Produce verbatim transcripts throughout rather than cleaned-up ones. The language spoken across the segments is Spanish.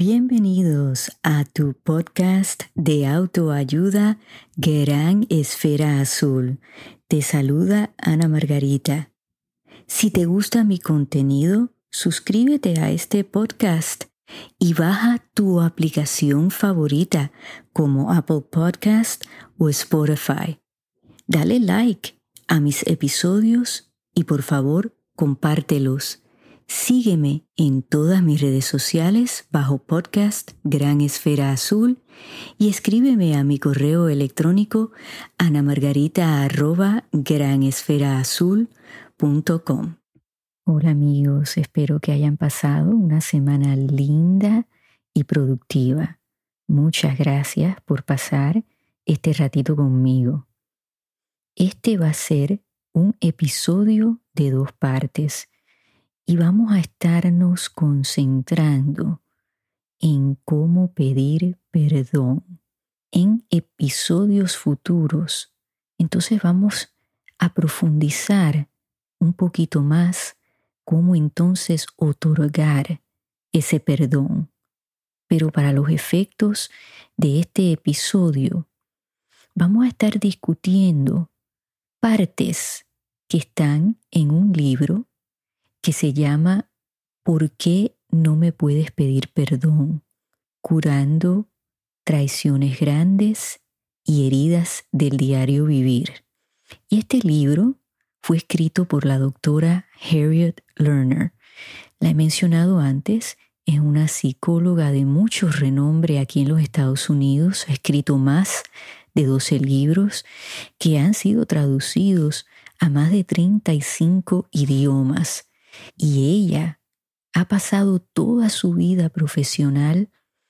Bienvenidos a tu podcast de autoayuda Gran Esfera Azul. Te saluda Ana Margarita. Si te gusta mi contenido, suscríbete a este podcast y baja tu aplicación favorita como Apple Podcast o Spotify. Dale like a mis episodios y por favor compártelos. Sígueme en todas mis redes sociales bajo podcast Gran Esfera Azul y escríbeme a mi correo electrónico anamargarita arroba granesferaazul punto com. Hola amigos, espero que hayan pasado una semana linda y productiva. Muchas gracias por pasar este ratito conmigo. Este va a ser un episodio de dos partes. Y vamos a estarnos concentrando en cómo pedir perdón en episodios futuros. Entonces vamos a profundizar un poquito más cómo entonces otorgar ese perdón. Pero para los efectos de este episodio, vamos a estar discutiendo partes que están en un libro que se llama ¿Por qué no me puedes pedir perdón? Curando traiciones grandes y heridas del diario vivir. Y este libro fue escrito por la doctora Harriet Lerner. La he mencionado antes, es una psicóloga de mucho renombre aquí en los Estados Unidos. Ha escrito más de doce libros que han sido traducidos a más de treinta y cinco idiomas. Y ella ha pasado toda su vida profesional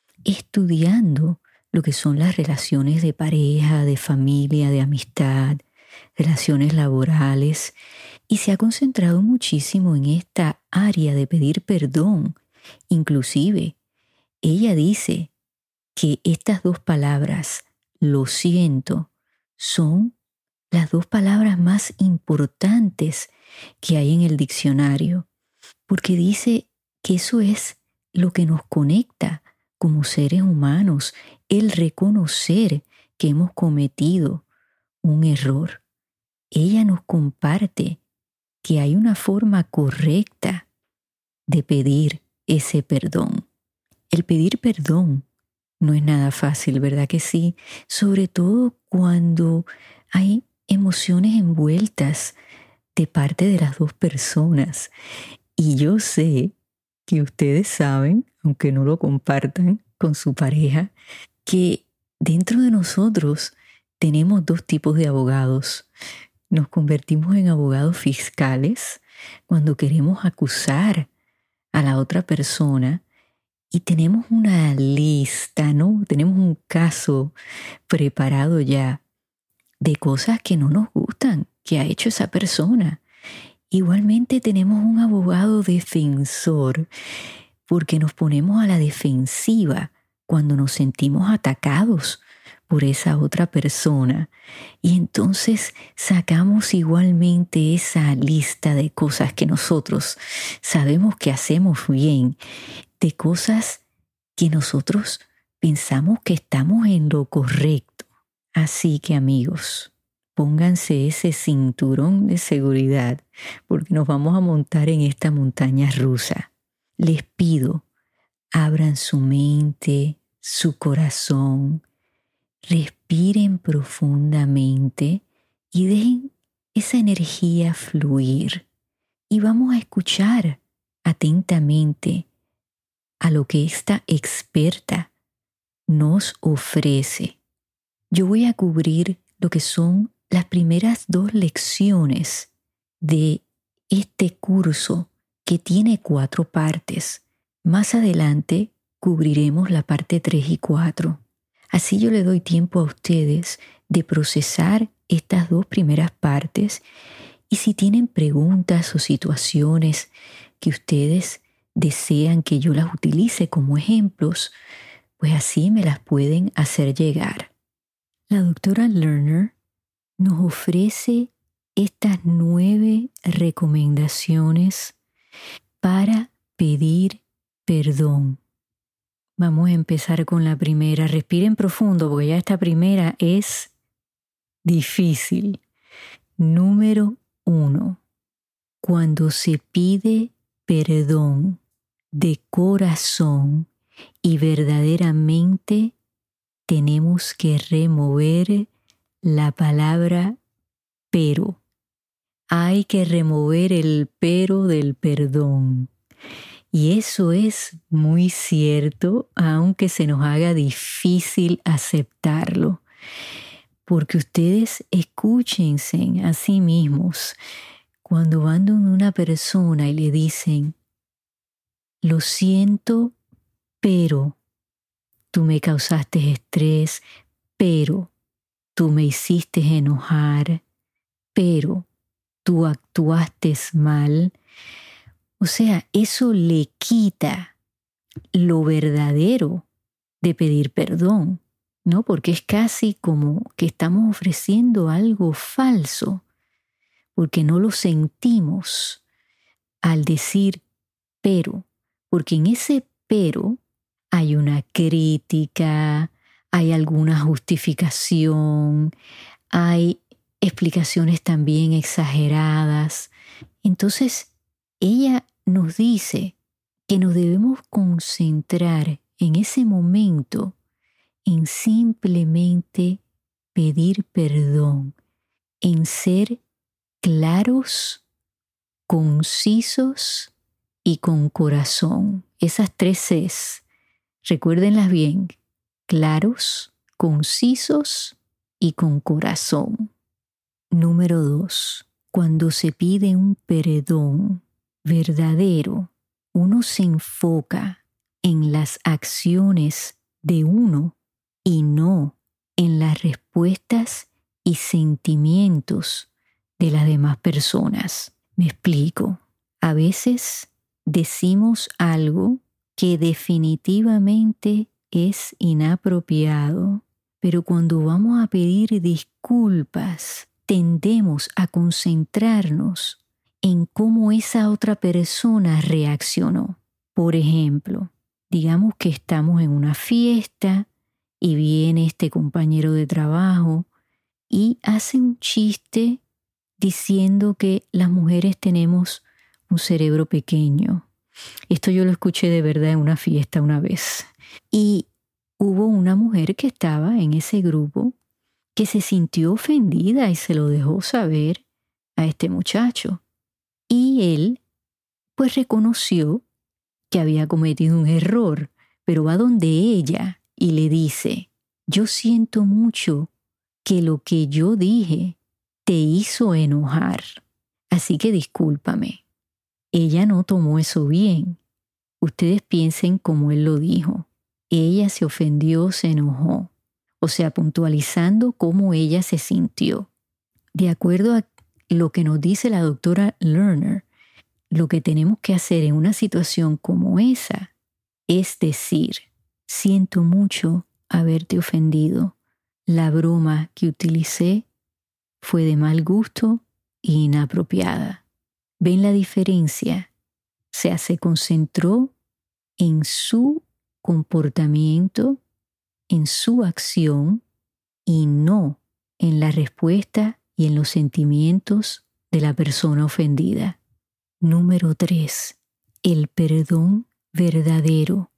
estudiando lo que son las relaciones de pareja, de familia, de amistad, relaciones laborales, y se ha concentrado muchísimo en esta área de pedir perdón. Inclusive, ella dice que estas dos palabras, lo siento, son las dos palabras más importantes que hay en el diccionario, porque dice que eso es lo que nos conecta como seres humanos, el reconocer que hemos cometido un error. Ella nos comparte que hay una forma correcta de pedir ese perdón. El pedir perdón no es nada fácil, ¿verdad que sí? Sobre todo cuando hay emociones envueltas de parte de las dos personas. Y yo sé que ustedes saben, aunque no lo compartan con su pareja, que dentro de nosotros tenemos dos tipos de abogados. Nos convertimos en abogados fiscales cuando queremos acusar a la otra persona y tenemos una lista, ¿no? Tenemos un caso preparado ya de cosas que no nos gustan que ha hecho esa persona. Igualmente tenemos un abogado defensor porque nos ponemos a la defensiva cuando nos sentimos atacados por esa otra persona. Y entonces sacamos igualmente esa lista de cosas que nosotros sabemos que hacemos bien, de cosas que nosotros pensamos que estamos en lo correcto. Así que amigos, pónganse ese cinturón de seguridad porque nos vamos a montar en esta montaña rusa. Les pido, abran su mente, su corazón, respiren profundamente y dejen esa energía fluir. Y vamos a escuchar atentamente a lo que esta experta nos ofrece. Yo voy a cubrir lo que son las primeras dos lecciones de este curso que tiene cuatro partes. Más adelante cubriremos la parte tres y cuatro. Así yo le doy tiempo a ustedes de procesar estas dos primeras partes y si tienen preguntas o situaciones que ustedes desean que yo las utilice como ejemplos, pues así me las pueden hacer llegar. La doctora Lerner nos ofrece estas nueve recomendaciones para pedir perdón. Vamos a empezar con la primera. Respiren profundo porque ya esta primera es difícil. Número uno. Cuando se pide perdón de corazón y verdaderamente, tenemos que remover la palabra pero. Hay que remover el pero del perdón. Y eso es muy cierto, aunque se nos haga difícil aceptarlo. Porque ustedes escúchense a sí mismos. Cuando van donde una persona y le dicen, lo siento, pero tú me causaste estrés, pero tú me hiciste enojar, pero tú actuaste mal. O sea, eso le quita lo verdadero de pedir perdón, ¿no? Porque es casi como que estamos ofreciendo algo falso, porque no lo sentimos al decir pero, porque en ese pero hay una crítica, hay alguna justificación, hay explicaciones también exageradas. Entonces, ella nos dice que nos debemos concentrar en ese momento en simplemente pedir perdón, en ser claros, concisos y con corazón. Esas tres Cs, recuérdenlas bien, claros, concisos y con corazón. Número dos, cuando se pide un perdón verdadero, uno se enfoca en las acciones de uno y no en las respuestas y sentimientos de las demás personas. Me explico. A veces decimos algo que definitivamente es inapropiado, pero cuando vamos a pedir disculpas, tendemos a concentrarnos en cómo esa otra persona reaccionó. Por ejemplo, digamos que estamos en una fiesta y viene este compañero de trabajo y hace un chiste diciendo que las mujeres tenemos un cerebro pequeño. Esto yo lo escuché de verdad en una fiesta una vez. Y hubo una mujer que estaba en ese grupo que se sintió ofendida y se lo dejó saber a este muchacho. Y él, pues, reconoció que había cometido un error, pero va donde ella y le dice, yo siento mucho que lo que yo dije te hizo enojar, así que discúlpame. Ella no tomó eso bien. Ustedes piensen como él lo dijo. Ella se ofendió, se enojó. O sea, puntualizando cómo ella se sintió. De acuerdo a lo que nos dice la doctora Lerner, lo que tenemos que hacer en una situación como esa es decir, siento mucho haberte ofendido. La broma que utilicé fue de mal gusto e inapropiada. ¿Ven la diferencia? O sea, se concentró en su comportamiento, en su acción y no en la respuesta y en los sentimientos de la persona ofendida. Número tres. El perdón verdadero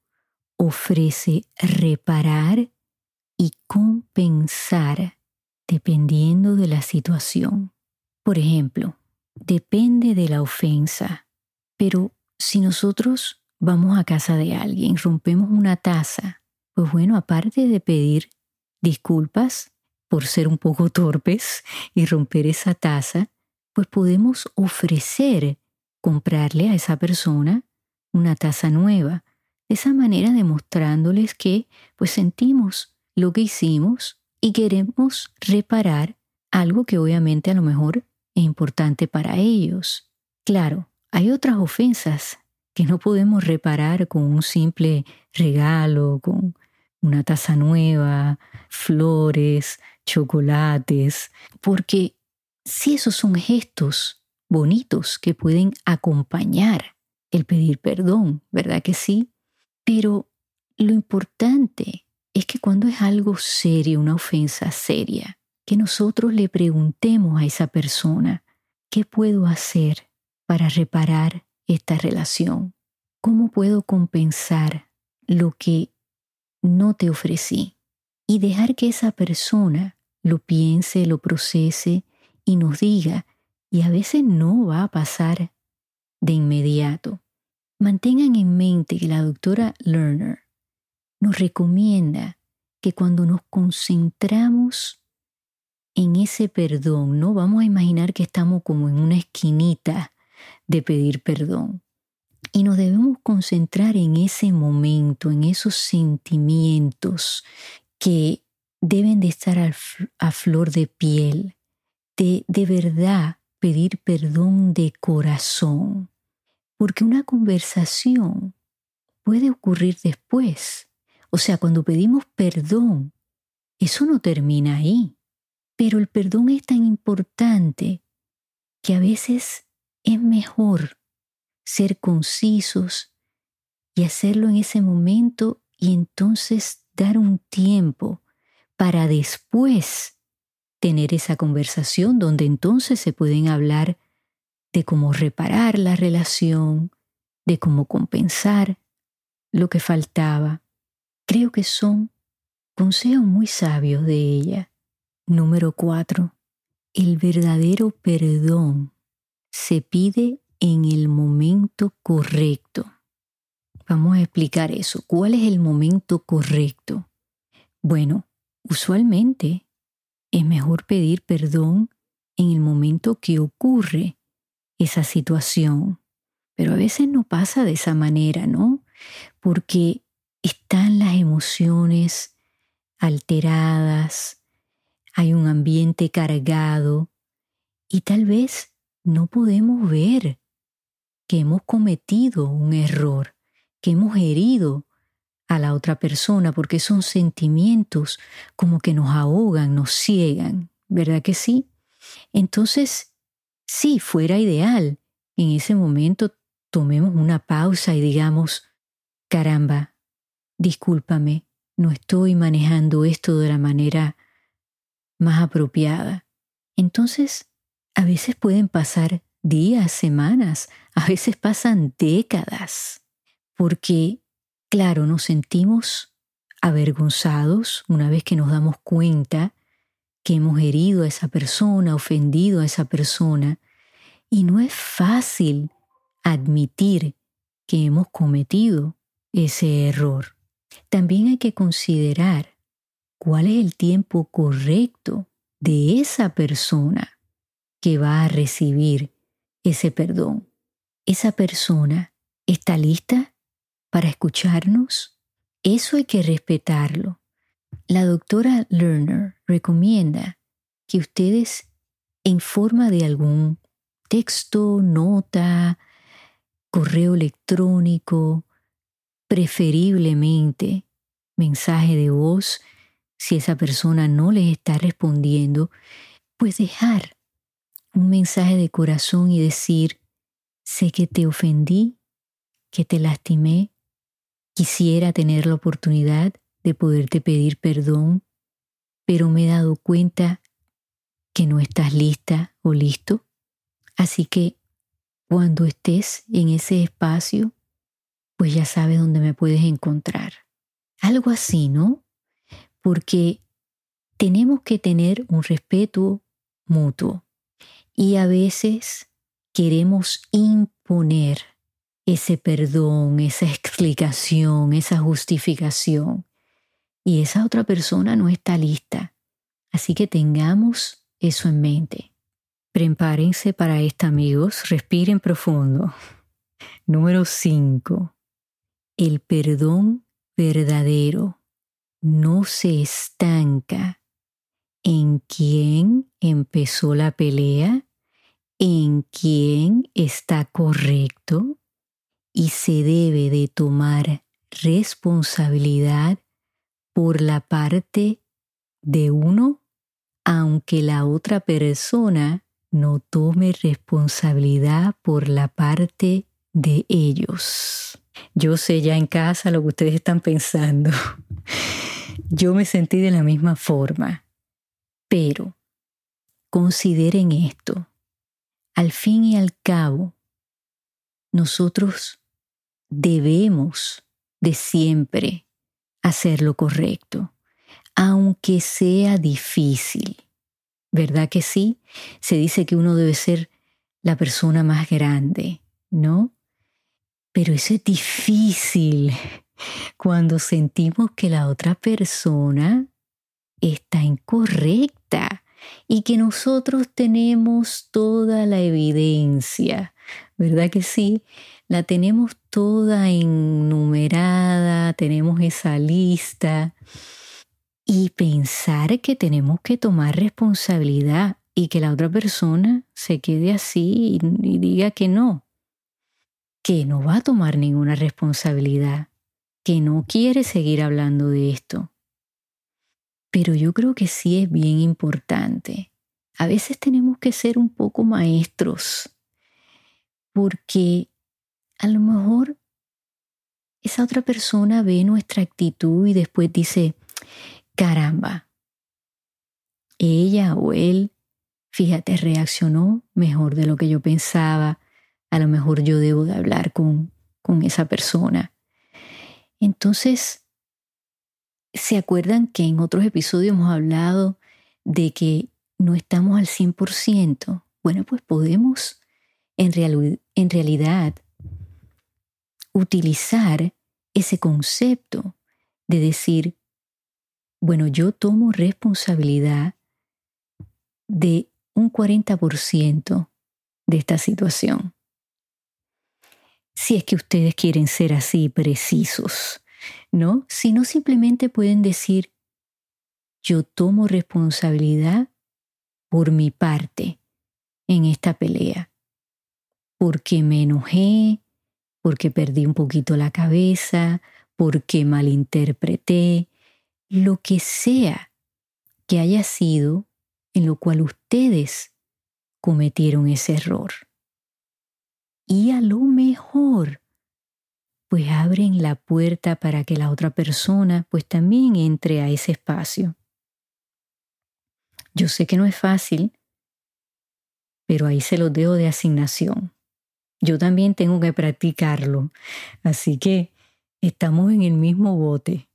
ofrece reparar y compensar dependiendo de la situación. Por ejemplo, depende de la ofensa, pero si nosotros vamos a casa de alguien, rompemos una taza, pues bueno, aparte de pedir disculpas por ser un poco torpes y romper esa taza, pues podemos ofrecer comprarle a esa persona una taza nueva. De esa manera demostrándoles que pues sentimos lo que hicimos y queremos reparar algo que obviamente a lo mejor es importante para ellos. Claro, hay otras ofensas que no podemos reparar con un simple regalo, con una taza nueva, flores, chocolates, porque sí, esos son gestos bonitos que pueden acompañar el pedir perdón, ¿verdad que sí? Pero lo importante es que cuando es algo serio, una ofensa seria, que nosotros le preguntemos a esa persona, ¿qué puedo hacer para reparar esta relación? ¿Cómo puedo compensar lo que no te ofrecí? Y dejar que esa persona lo piense, lo procese y nos diga, y a veces no va a pasar de inmediato. Mantengan en mente que la doctora Lerner nos recomienda que cuando nos concentramos en ese perdón, no vamos a imaginar que estamos como en una esquinita de pedir perdón. Y nos debemos concentrar en ese momento, en esos sentimientos que deben de estar a, a flor de piel, de, de verdad pedir perdón de corazón. Porque una conversación puede ocurrir después. O sea, cuando pedimos perdón, eso no termina ahí. Pero el perdón es tan importante que a veces es mejor ser concisos y hacerlo en ese momento y entonces dar un tiempo para después tener esa conversación donde entonces se pueden hablar de cómo reparar la relación, de cómo compensar lo que faltaba. Creo que son consejos muy sabios de ella. Número cuatro. El verdadero perdón se pide en el momento correcto. Vamos a explicar eso. ¿Cuál es el momento correcto? Bueno, usualmente es mejor pedir perdón en el momento que ocurre esa situación. Pero a veces no pasa de esa manera, ¿no? Porque están las emociones alteradas, hay un ambiente cargado y tal vez no podemos ver que hemos cometido un error, que hemos herido a la otra persona, porque son sentimientos como que nos ahogan, nos ciegan, ¿verdad que sí? Entonces, sí, fuera ideal, en ese momento tomemos una pausa y digamos, caramba, discúlpame, no estoy manejando esto de la manera más apropiada. Entonces, a veces pueden pasar días, semanas, a veces pasan décadas, porque, claro, nos sentimos avergonzados una vez que nos damos cuenta que hemos herido a esa persona, ofendido a esa persona, y no es fácil admitir que hemos cometido ese error. También hay que considerar cuál es el tiempo correcto de esa persona que va a recibir ese perdón. ¿Esa persona está lista para escucharnos? Eso hay que respetarlo. La doctora Lerner recomienda que ustedes, en forma de algún texto, nota, correo electrónico, preferiblemente mensaje de voz, si esa persona no les está respondiendo, pues dejar un mensaje de corazón y decir, sé que te ofendí, que te lastimé, quisiera tener la oportunidad de poderte pedir perdón, pero me he dado cuenta que no estás lista o listo. Así que cuando estés en ese espacio, pues ya sabes dónde me puedes encontrar. Algo así, ¿no? Porque tenemos que tener un respeto mutuo y a veces queremos imponer ese perdón, esa explicación, esa justificación y esa otra persona no está lista. Así que tengamos eso en mente. Prepárense para esto, amigos. Respiren profundo. Número cinco. El perdón verdadero no se estanca en quién empezó la pelea, en quién está correcto y se debe de tomar responsabilidad por la parte de uno, aunque la otra persona no tome responsabilidad por la parte de ellos. Yo sé ya en casa lo que ustedes están pensando. Yo me sentí de la misma forma, pero consideren esto. Al fin y al cabo, nosotros debemos de siempre hacer lo correcto, aunque sea difícil. ¿Verdad que sí? Se dice que uno debe ser la persona más grande, ¿no? Pero eso es difícil cuando sentimos que la otra persona está incorrecta y que nosotros tenemos toda la evidencia, ¿verdad que sí? La tenemos toda enumerada, tenemos esa lista y pensar que tenemos que tomar responsabilidad y que la otra persona se quede así y, y diga que no, que no va a tomar ninguna responsabilidad, que no quiere seguir hablando de esto. Pero yo creo que sí es bien importante. A veces tenemos que ser un poco maestros, porque a lo mejor esa otra persona ve nuestra actitud y después dice, caramba, ella o él, fíjate, reaccionó mejor de lo que yo pensaba. A lo mejor yo debo de hablar con, con esa persona. Entonces, ¿se acuerdan que en otros episodios hemos hablado de que no estamos al cien por ciento? Bueno, pues podemos en, real, en realidad utilizar ese concepto de decir, bueno, yo tomo responsabilidad de un cuarenta por ciento de esta situación. Si es que ustedes quieren ser así precisos, ¿no? Si no, simplemente pueden decir, yo tomo responsabilidad por mi parte en esta pelea, porque me enojé, porque perdí un poquito la cabeza, porque malinterpreté, lo que sea que haya sido en lo cual ustedes cometieron ese error. Y a lo mejor, pues abren la puerta para que la otra persona pues también entre a ese espacio. Yo sé que no es fácil, pero ahí se los dejo de asignación. Yo también tengo que practicarlo, así que estamos en el mismo bote.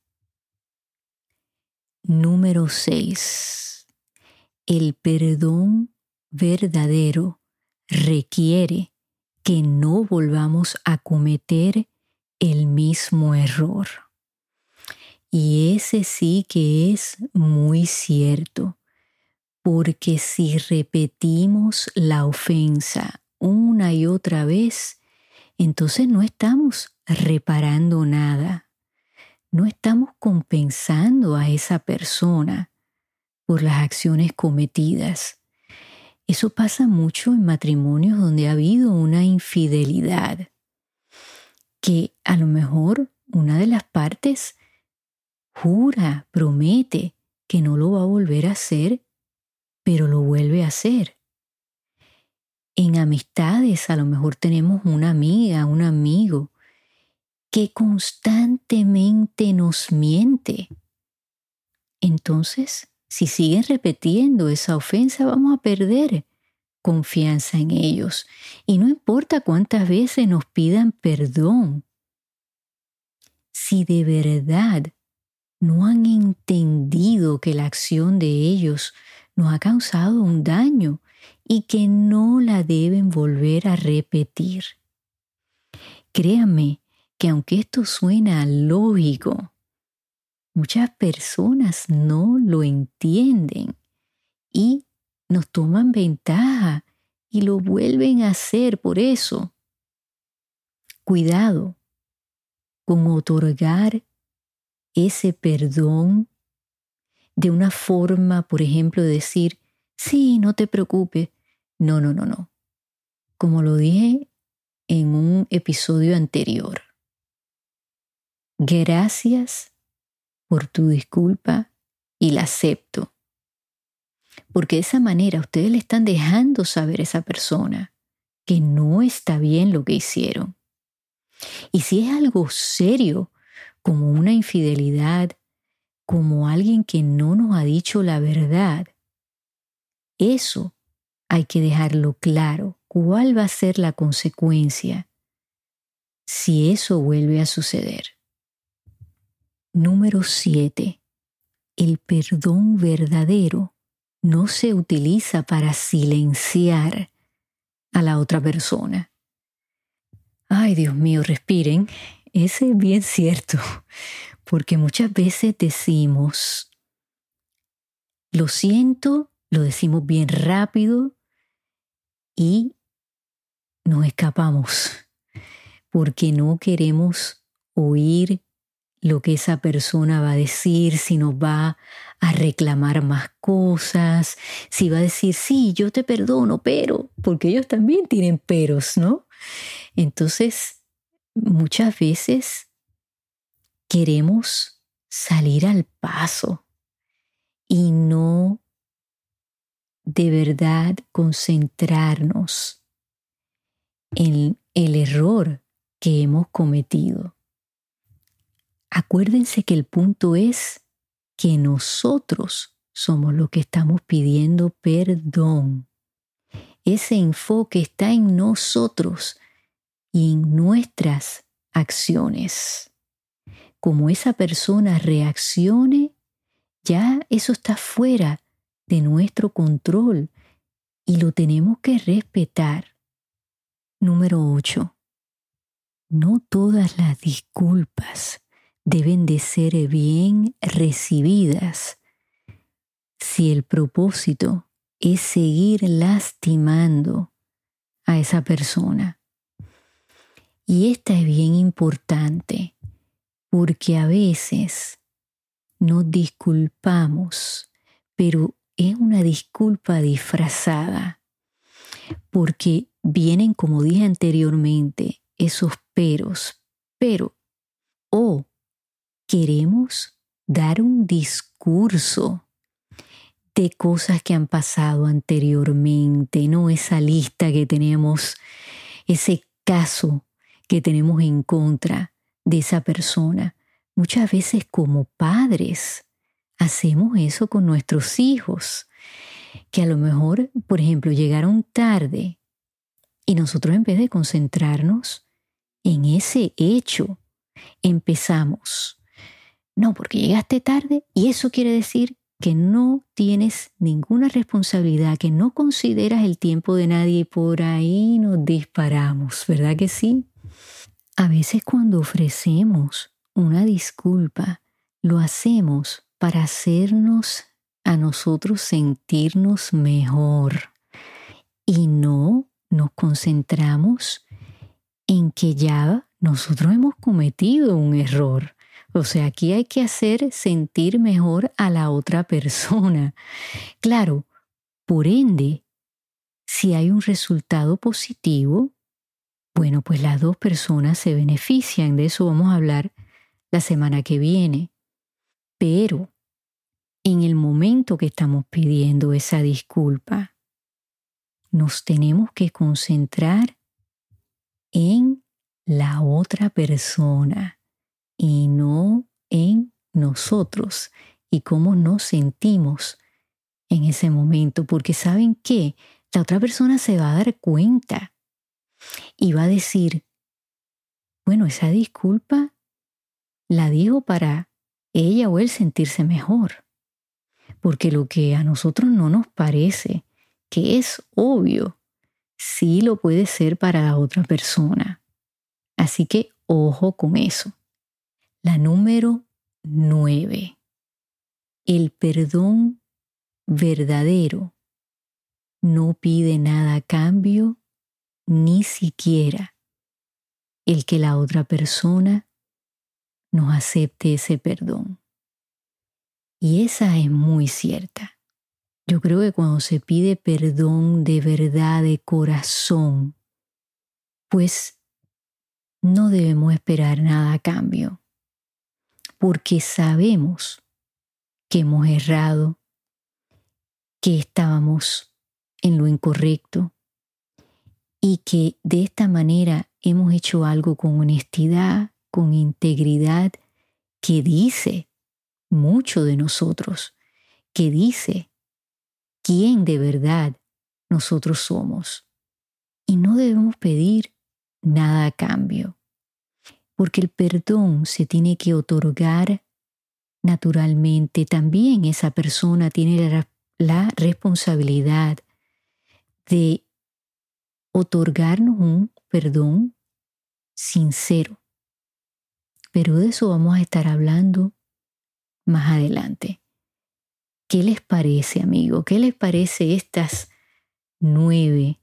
Número seis. El perdón verdadero requiere que no volvamos a cometer el mismo error. Y ese sí que es muy cierto, porque si repetimos la ofensa una y otra vez, entonces no estamos reparando nada, no estamos compensando a esa persona por las acciones cometidas. Eso pasa mucho en matrimonios donde ha habido una infidelidad, que a lo mejor una de las partes jura, promete que no lo va a volver a hacer, pero lo vuelve a hacer. En amistades a lo mejor tenemos una amiga, un amigo que constantemente nos miente. Entonces, si siguen repitiendo esa ofensa, vamos a perder confianza en ellos. Y no importa cuántas veces nos pidan perdón. Si de verdad no han entendido que la acción de ellos nos ha causado un daño y que no la deben volver a repetir. Créanme que aunque esto suena lógico, muchas personas no lo entienden y nos toman ventaja y lo vuelven a hacer. Por eso, cuidado con otorgar ese perdón de una forma, por ejemplo, de decir, sí, no te preocupes. No, no, no, no. Como lo dije en un episodio anterior, gracias por tu disculpa y la acepto. Porque de esa manera ustedes le están dejando saber a esa persona que no está bien lo que hicieron. Y si es algo serio, como una infidelidad, como alguien que no nos ha dicho la verdad, eso hay que dejarlo claro. ¿Cuál va a ser la consecuencia si eso vuelve a suceder? Número siete. El perdón verdadero no se utiliza para silenciar a la otra persona. Ay, Dios mío, respiren. Ese es bien cierto, porque muchas veces decimos, lo siento, lo decimos bien rápido y nos escapamos, porque no queremos oír lo que esa persona va a decir, si nos va a reclamar más cosas, si va a decir, sí, yo te perdono, pero, porque ellos también tienen peros, ¿no? Entonces, muchas veces queremos salir al paso y no de verdad concentrarnos en el error que hemos cometido. Acuérdense que el punto es que nosotros somos los que estamos pidiendo perdón. Ese enfoque está en nosotros y en nuestras acciones. Como esa persona reaccione, ya eso está fuera de nuestro control y lo tenemos que respetar. Número ocho. No todas las disculpas deben de ser bien recibidas si el propósito es seguir lastimando a esa persona. Y esta es bien importante porque a veces nos disculpamos, pero es una disculpa disfrazada porque vienen, como dije anteriormente, esos peros, pero o queremos dar un discurso de cosas que han pasado anteriormente, no esa lista que tenemos, ese caso que tenemos en contra de esa persona. Muchas veces como padres hacemos eso con nuestros hijos, que a lo mejor, por ejemplo, llegaron tarde y nosotros en vez de concentrarnos en ese hecho, empezamos, no, porque llegaste tarde y eso quiere decir que no tienes ninguna responsabilidad, que no consideras el tiempo de nadie y por ahí nos disparamos, ¿verdad que sí? A veces cuando ofrecemos una disculpa, lo hacemos para hacernos a nosotros sentirnos mejor y no nos concentramos en que ya nosotros hemos cometido un error. O sea, aquí hay que hacer sentir mejor a la otra persona. Claro, por ende, si hay un resultado positivo, bueno, pues las dos personas se benefician. De eso vamos a hablar la semana que viene. Pero en el momento que estamos pidiendo esa disculpa, nos tenemos que concentrar en la otra persona y no en nosotros y cómo nos sentimos en ese momento, porque ¿saben qué? La otra persona se va a dar cuenta y va a decir, bueno, esa disculpa la dijo para ella o él sentirse mejor, porque lo que a nosotros no nos parece que es obvio, sí lo puede ser para la otra persona. Así que ojo con eso. La número nueve. El perdón verdadero no pide nada a cambio, ni siquiera el que la otra persona nos acepte ese perdón. Y esa es muy cierta. Yo creo que cuando se pide perdón de verdad, de corazón, pues no debemos esperar nada a cambio, porque sabemos que hemos errado, que estábamos en lo incorrecto y que de esta manera hemos hecho algo con honestidad, con integridad, que dice mucho de nosotros, que dice quién de verdad nosotros somos. Y no debemos pedir nada a cambio, porque el perdón se tiene que otorgar naturalmente. También esa persona tiene la, la responsabilidad de otorgarnos un perdón sincero. Pero de eso vamos a estar hablando más adelante. ¿Qué les parece, amigo? ¿Qué les parece estas nueve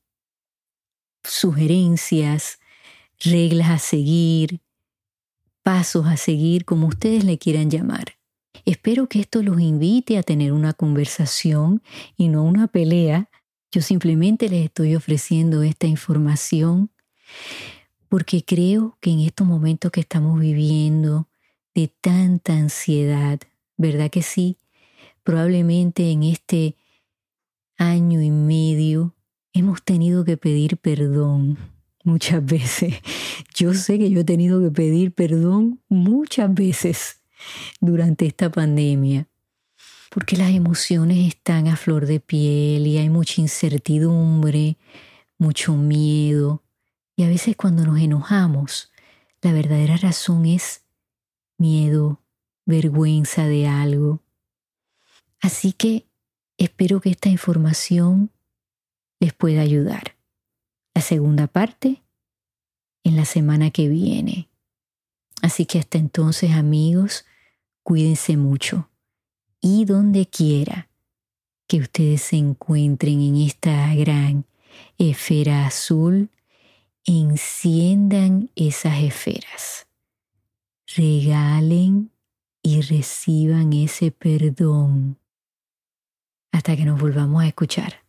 sugerencias, reglas a seguir, pasos a seguir, como ustedes le quieran llamar? Espero que esto los invite a tener una conversación y no una pelea. Yo simplemente les estoy ofreciendo esta información porque creo que en estos momentos que estamos viviendo de tanta ansiedad, ¿verdad que sí? Probablemente en este año y medio hemos tenido que pedir perdón muchas veces. Yo sé que yo he tenido que pedir perdón muchas veces durante esta pandemia, porque las emociones están a flor de piel y hay mucha incertidumbre, mucho miedo. Y a veces cuando nos enojamos, la verdadera razón es miedo, vergüenza de algo. Así que espero que esta información les pueda ayudar. La segunda parte en la semana que viene. Así que hasta entonces, amigos, cuídense mucho. Y donde quiera que ustedes se encuentren en esta gran esfera azul, enciendan esas esferas. Regalen y reciban ese perdón. Hasta que nos volvamos a escuchar.